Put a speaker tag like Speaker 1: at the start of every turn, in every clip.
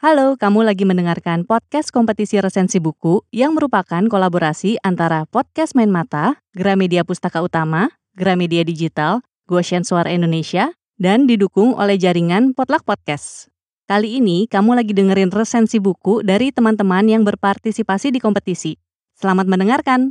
Speaker 1: Halo, kamu lagi mendengarkan podcast kompetisi resensi buku yang merupakan kolaborasi antara Podcast Main Mata, Gramedia Pustaka Utama, Gramedia Digital, Goshen Suara Indonesia, dan didukung oleh jaringan Potluck Podcast. Kali ini kamu lagi dengerin resensi buku dari teman-teman yang berpartisipasi di kompetisi. Selamat mendengarkan!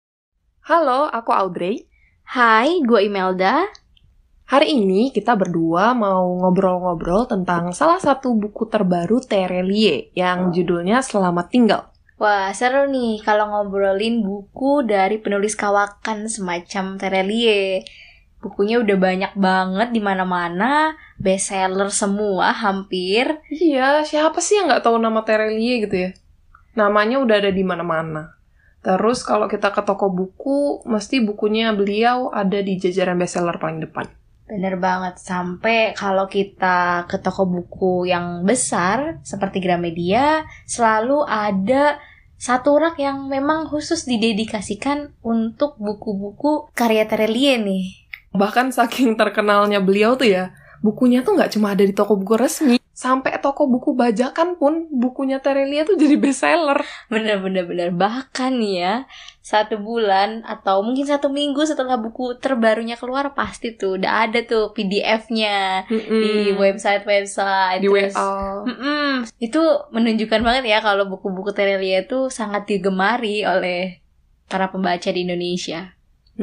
Speaker 2: Halo, aku Audrey.
Speaker 3: Hai, gue Imelda.
Speaker 2: Hari ini kita berdua mau ngobrol-ngobrol tentang salah satu buku terbaru Terelie yang judulnya Selamat Tinggal.
Speaker 3: Wah, seru nih kalau ngobrolin buku dari penulis kawakan semacam Terelie. Bukunya udah banyak banget di mana-mana, bestseller semua hampir.
Speaker 2: Iya, siapa sih yang nggak tahu nama Terelie gitu ya? Namanya udah ada di mana-mana. Terus kalau kita ke toko buku, mesti bukunya beliau ada di jajaran bestseller paling depan.
Speaker 3: Bener banget, sampai kalau kita ke toko buku yang besar seperti Gramedia, selalu ada satu rak yang memang khusus didedikasikan untuk buku-buku karya Terelie nih.
Speaker 2: Bahkan saking terkenalnya beliau tuh ya, bukunya tuh nggak cuma ada di toko buku resmi, sampai toko buku bajakan pun bukunya Terelie tuh jadi bestseller.
Speaker 3: Bener. Bahkan nih ya, 1 bulan atau mungkin 1 minggu setelah buku terbarunya keluar, pasti tuh udah ada tuh PDF-nya di website.
Speaker 2: Di
Speaker 3: Terus,
Speaker 2: WA.
Speaker 3: itu menunjukkan banget ya kalau buku-buku Terelie itu sangat digemari oleh para pembaca di Indonesia.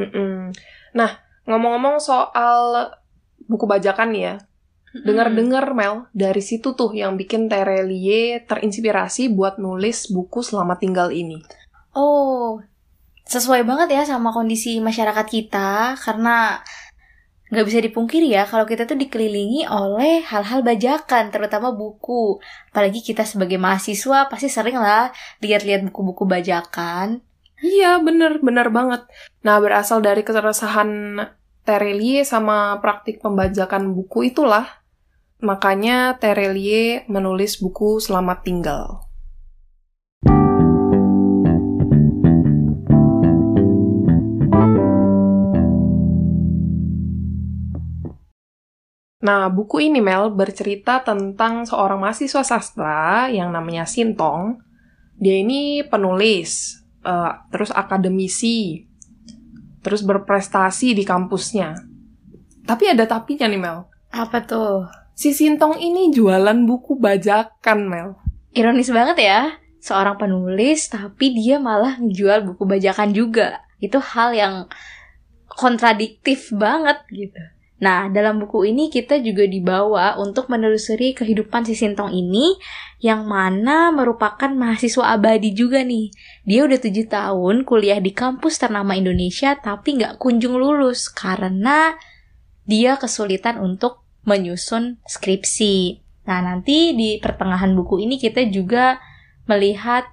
Speaker 2: Nah, ngomong-ngomong soal buku bajakan nih ya, dengar-dengar Mel, dari situ tuh yang bikin Terelie terinspirasi buat nulis buku Selamat Tinggal ini.
Speaker 3: Oh, sesuai banget ya sama kondisi masyarakat kita, karena nggak bisa dipungkiri ya kalau kita tuh dikelilingi oleh hal-hal bajakan, terutama buku. Apalagi kita sebagai mahasiswa pasti sering lah lihat-lihat buku-buku bajakan.
Speaker 2: Iya, bener banget. Nah, berasal dari keresahan Terelie sama praktik pembajakan buku itulah, makanya Terelie menulis buku Selamat Tinggal. Nah, buku ini, Mel, bercerita tentang seorang mahasiswa sastra yang namanya Sintong. Dia ini penulis, terus akademisi, terus berprestasi di kampusnya. Tapi ada tapinya nih, Mel.
Speaker 3: Apa tuh?
Speaker 2: Si Sintong ini jualan buku bajakan, Mel.
Speaker 3: Ironis banget ya, seorang penulis tapi dia malah ngejual buku bajakan juga. Itu hal yang kontradiktif banget gitu. Nah, dalam buku ini kita juga dibawa untuk menelusuri kehidupan si Sintong ini, yang mana merupakan mahasiswa abadi juga nih. Dia udah 7 tahun kuliah di kampus ternama Indonesia, tapi nggak kunjung lulus karena dia kesulitan untuk menyusun skripsi. Nah, nanti di pertengahan buku ini kita juga melihat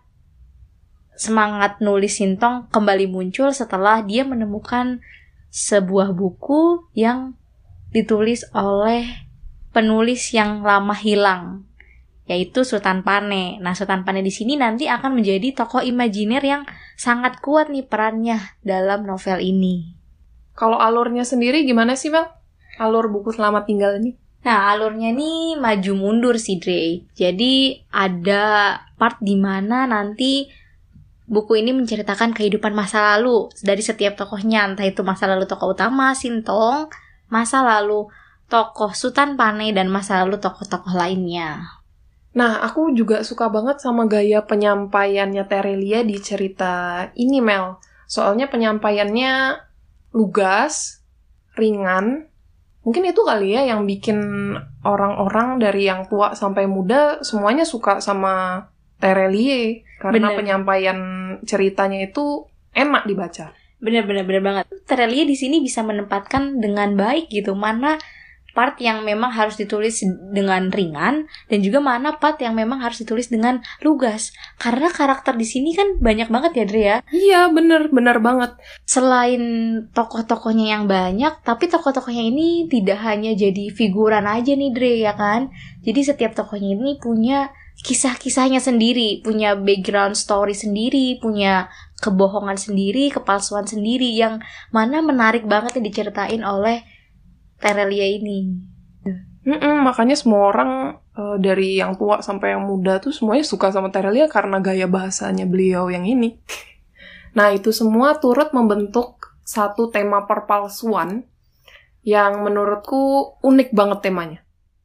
Speaker 3: semangat nulis Sintong kembali muncul setelah dia menemukan sebuah buku yang ditulis oleh penulis yang lama hilang, yaitu Sutan Pane. Nah, Sutan Pane di sini nanti akan menjadi tokoh imajiner yang sangat kuat nih perannya dalam novel ini.
Speaker 2: Kalau alurnya sendiri gimana sih, Mel? Alur buku Selamat Tinggal ini?
Speaker 3: Nah, alurnya nih maju mundur sih, Dre. Jadi ada part di mana nanti buku ini menceritakan kehidupan masa lalu dari setiap tokohnya, entah itu masa lalu tokoh utama Sintong, masa lalu tokoh Sutan Pane, dan masa lalu tokoh-tokoh lainnya.
Speaker 2: Nah, aku juga suka banget sama gaya penyampaiannya Terelie di cerita ini, Mel. Soalnya penyampaiannya lugas, ringan. Mungkin itu kali ya yang bikin orang-orang dari yang tua sampai muda semuanya suka sama Terelie. Karena penyampaian ceritanya itu enak dibaca.
Speaker 3: Bener banget. Terelie di sini bisa menempatkan dengan baik gitu mana part yang memang harus ditulis dengan ringan dan juga mana part yang memang harus ditulis dengan lugas. Karena karakter di sini kan banyak banget ya, Dre ya.
Speaker 2: Iya, bener banget.
Speaker 3: Selain tokoh-tokohnya yang banyak, tapi tokoh-tokohnya ini tidak hanya jadi figuran aja nih, Dre, ya kan. Jadi setiap tokohnya ini punya kisah-kisahnya sendiri, punya background story sendiri, punya kebohongan sendiri, kepalsuan sendiri, yang mana menarik banget yang diceritain oleh Terelie ini.
Speaker 2: Makanya semua orang dari yang tua sampai yang muda tuh semuanya suka sama Terelia karena gaya bahasanya beliau yang ini. Nah, itu semua turut membentuk satu tema perpalsuan yang menurutku unik banget temanya.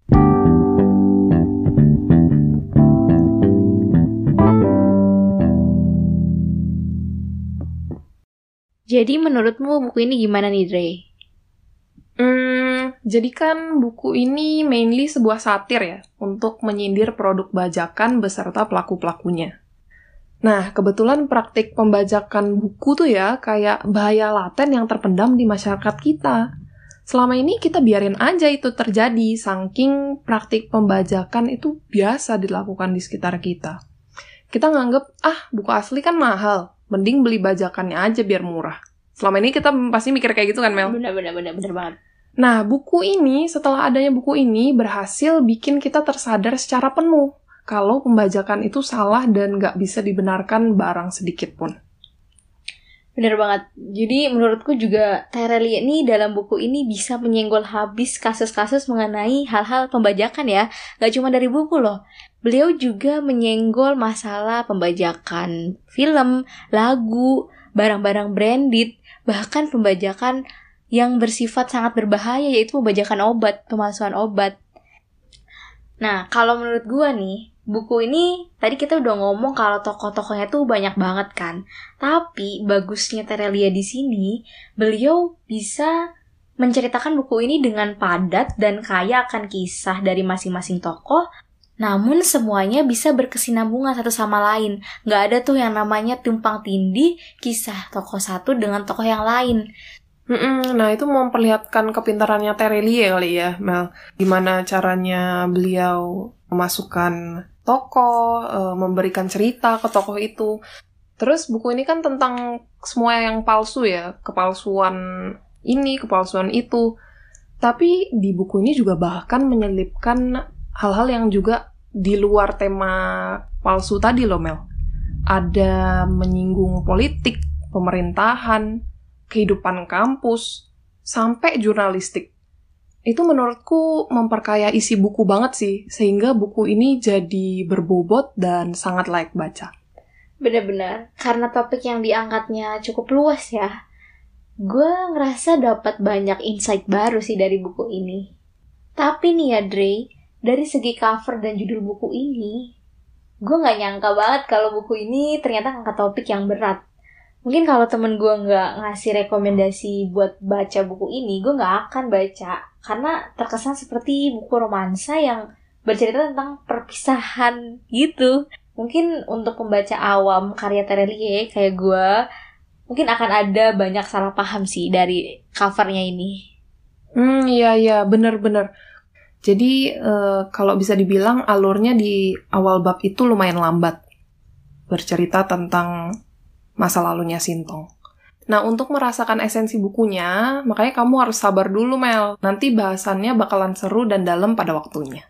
Speaker 3: Jadi menurutmu buku ini gimana nih, Dre?
Speaker 2: Jadi kan buku ini mainly sebuah satir ya, untuk menyindir produk bajakan beserta pelaku-pelakunya. Nah, kebetulan praktik pembajakan buku tuh ya, kayak bahaya laten yang terpendam di masyarakat kita. Selama ini kita biarin aja itu terjadi, saking praktik pembajakan itu biasa dilakukan di sekitar kita. Kita nganggep, buku asli kan mahal, mending beli bajakannya aja biar murah. Selama ini kita pasti mikir kayak gitu kan, Mel?
Speaker 3: Bener banget.
Speaker 2: Nah, buku ini, setelah adanya buku ini, berhasil bikin kita tersadar secara penuh kalau pembajakan itu salah dan nggak bisa dibenarkan barang sedikit pun.
Speaker 3: Bener banget. Jadi menurutku juga Terelia ini dalam buku ini bisa menyenggol habis kasus-kasus mengenai hal-hal pembajakan ya. Gak cuma dari buku loh. Beliau juga menyenggol masalah pembajakan film, lagu, barang-barang branded, bahkan pembajakan yang bersifat sangat berbahaya, yaitu pembajakan obat, pemalsuan obat. Nah, kalau menurut gua nih, buku ini tadi kita udah ngomong kalau tokoh-tokohnya tuh banyak banget kan. Tapi bagusnya Terelia di sini, beliau bisa menceritakan buku ini dengan padat dan kaya akan kisah dari masing-masing tokoh. Namun semuanya bisa berkesinambungan satu sama lain. Nggak ada tuh yang namanya tumpang tindih kisah tokoh satu dengan tokoh yang lain.
Speaker 2: Nah, itu memperlihatkan kepintarannya Terelia kali ya, Mel. Gimana caranya beliau memasukkan tokoh, memberikan cerita ke tokoh itu. Terus buku ini kan tentang semua yang palsu ya, kepalsuan ini, kepalsuan itu. Tapi di buku ini juga bahkan menyelipkan hal-hal yang juga di luar tema palsu tadi loh, Mel. Ada menyinggung politik, pemerintahan, kehidupan kampus, sampai jurnalistik. Itu menurutku memperkaya isi buku banget sih, sehingga buku ini jadi berbobot dan sangat layak baca.
Speaker 3: Benar-benar, karena topik yang diangkatnya cukup luas ya. Gue ngerasa dapat banyak insight baru sih dari buku ini. Tapi nih ya Dre, dari segi cover dan judul buku ini, gue gak nyangka banget kalau buku ini ternyata ngangkat topik yang berat. Mungkin kalau temen gue nggak ngasih rekomendasi buat baca buku ini, gue nggak akan baca. Karena terkesan seperti buku romansa yang bercerita tentang perpisahan gitu. Mungkin untuk pembaca awam karya Terelia kayak gue, mungkin akan ada banyak salah paham sih dari covernya ini.
Speaker 2: Iya, bener-bener. Jadi, kalau bisa dibilang alurnya di awal bab itu lumayan lambat. Bercerita tentang masa lalunya Sintong. Nah, untuk merasakan esensi bukunya, makanya kamu harus sabar dulu, Mel. Nanti bahasannya bakalan seru dan dalam pada waktunya.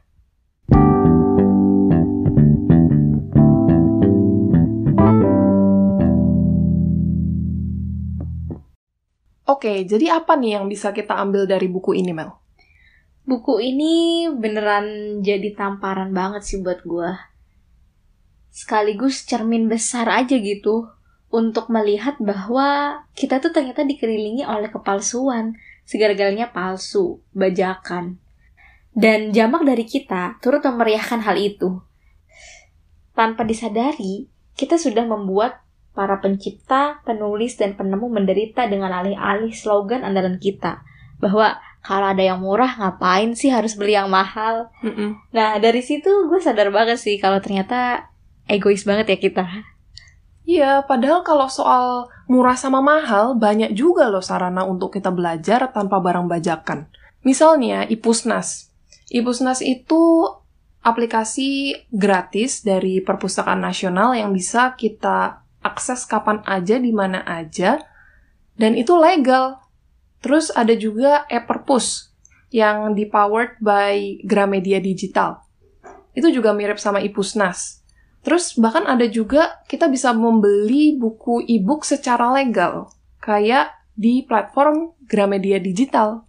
Speaker 2: Oke, jadi apa nih yang bisa kita ambil dari buku ini, Mel?
Speaker 3: Buku ini beneran jadi tamparan banget sih buat gue. Sekaligus cermin besar aja gitu. Untuk melihat bahwa kita tuh ternyata dikelilingi oleh kepalsuan, segala-galanya palsu, bajakan. Dan jamak dari kita turut memeriahkan hal itu. Tanpa disadari, kita sudah membuat para pencipta, penulis, dan penemu menderita dengan alih-alih slogan andalan kita. Bahwa kalau ada yang murah, ngapain sih harus beli yang mahal? Nah, dari situ gue sadar banget sih kalau ternyata egois banget ya kita.
Speaker 2: Iya, padahal kalau soal murah sama mahal, banyak juga loh sarana untuk kita belajar tanpa barang bajakan. Misalnya, Ipusnas. Ipusnas itu aplikasi gratis dari Perpustakaan Nasional yang bisa kita akses kapan aja, di mana aja, dan itu legal. Terus ada juga e-Perpus yang di-powered by Gramedia Digital. Itu juga mirip sama Ipusnas. Terus bahkan ada juga kita bisa membeli buku e-book secara legal, kayak di platform Gramedia Digital.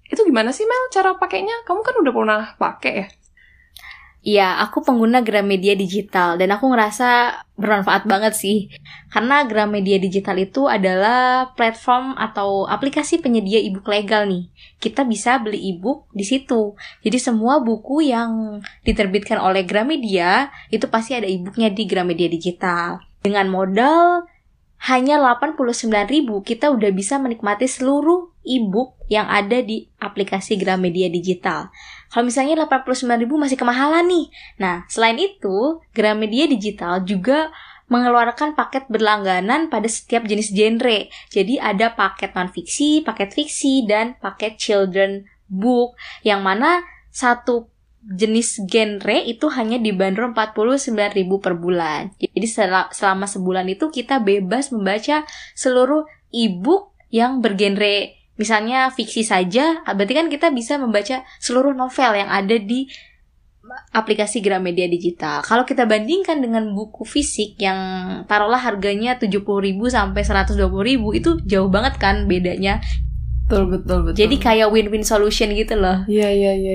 Speaker 2: Itu gimana sih Mel cara pakainya? Kamu kan udah pernah pakai ya?
Speaker 3: Iya, aku pengguna Gramedia Digital dan aku ngerasa bermanfaat banget sih. Karena Gramedia Digital itu adalah platform atau aplikasi penyedia e-book legal nih. Kita bisa beli e-book di situ. Jadi semua buku yang diterbitkan oleh Gramedia itu pasti ada e-booknya di Gramedia Digital. Dengan modal hanya 89.000 kita udah bisa menikmati seluruh e-book yang ada di aplikasi Gramedia Digital. Kalau misalnya 89.000 masih kemahalan nih. Nah, selain itu, Gramedia Digital juga mengeluarkan paket berlangganan pada setiap jenis genre. Jadi ada paket non-fiksi, paket fiksi, dan paket children book. Yang mana satu jenis genre itu hanya dibanderol 49.000 per bulan. Jadi selama sebulan itu kita bebas membaca seluruh e-book yang bergenre misalnya fiksi saja, berarti kan kita bisa membaca seluruh novel yang ada di aplikasi Gramedia Digital. Kalau kita bandingkan dengan buku fisik yang taruhlah harganya 70.000 sampai 120.000, itu jauh banget kan bedanya.
Speaker 2: Betul.
Speaker 3: Jadi kayak win-win solution gitu loh.
Speaker 2: Iya.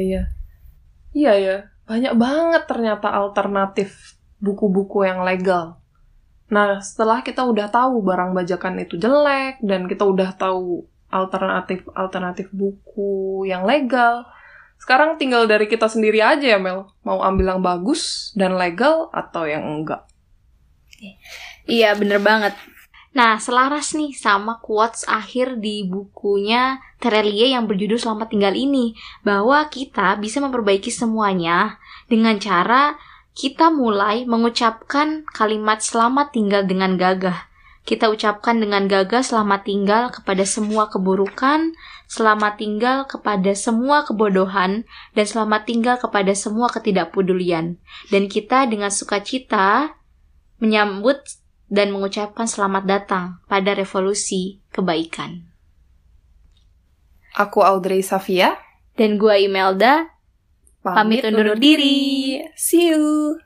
Speaker 2: Iya ya, banyak banget ternyata alternatif buku-buku yang legal. Nah, setelah kita udah tahu barang bajakan itu jelek, dan kita udah tahu alternatif buku yang legal, sekarang tinggal dari kita sendiri aja ya Mel, mau ambil yang bagus dan legal atau yang enggak.
Speaker 3: Iya, bener banget. Nah, selaras nih sama quotes akhir di bukunya Terelie yang berjudul Selamat Tinggal ini, bahwa kita bisa memperbaiki semuanya dengan cara kita mulai mengucapkan kalimat selamat tinggal dengan gagah. Kita ucapkan dengan gagah selamat tinggal kepada semua keburukan, selamat tinggal kepada semua kebodohan, dan selamat tinggal kepada semua ketidakpedulian. Dan kita dengan sukacita menyambut dan mengucapkan selamat datang pada revolusi kebaikan.
Speaker 2: Aku Audrey Safia.
Speaker 3: Dan gua Imelda. Pamit undur diri.
Speaker 2: See you!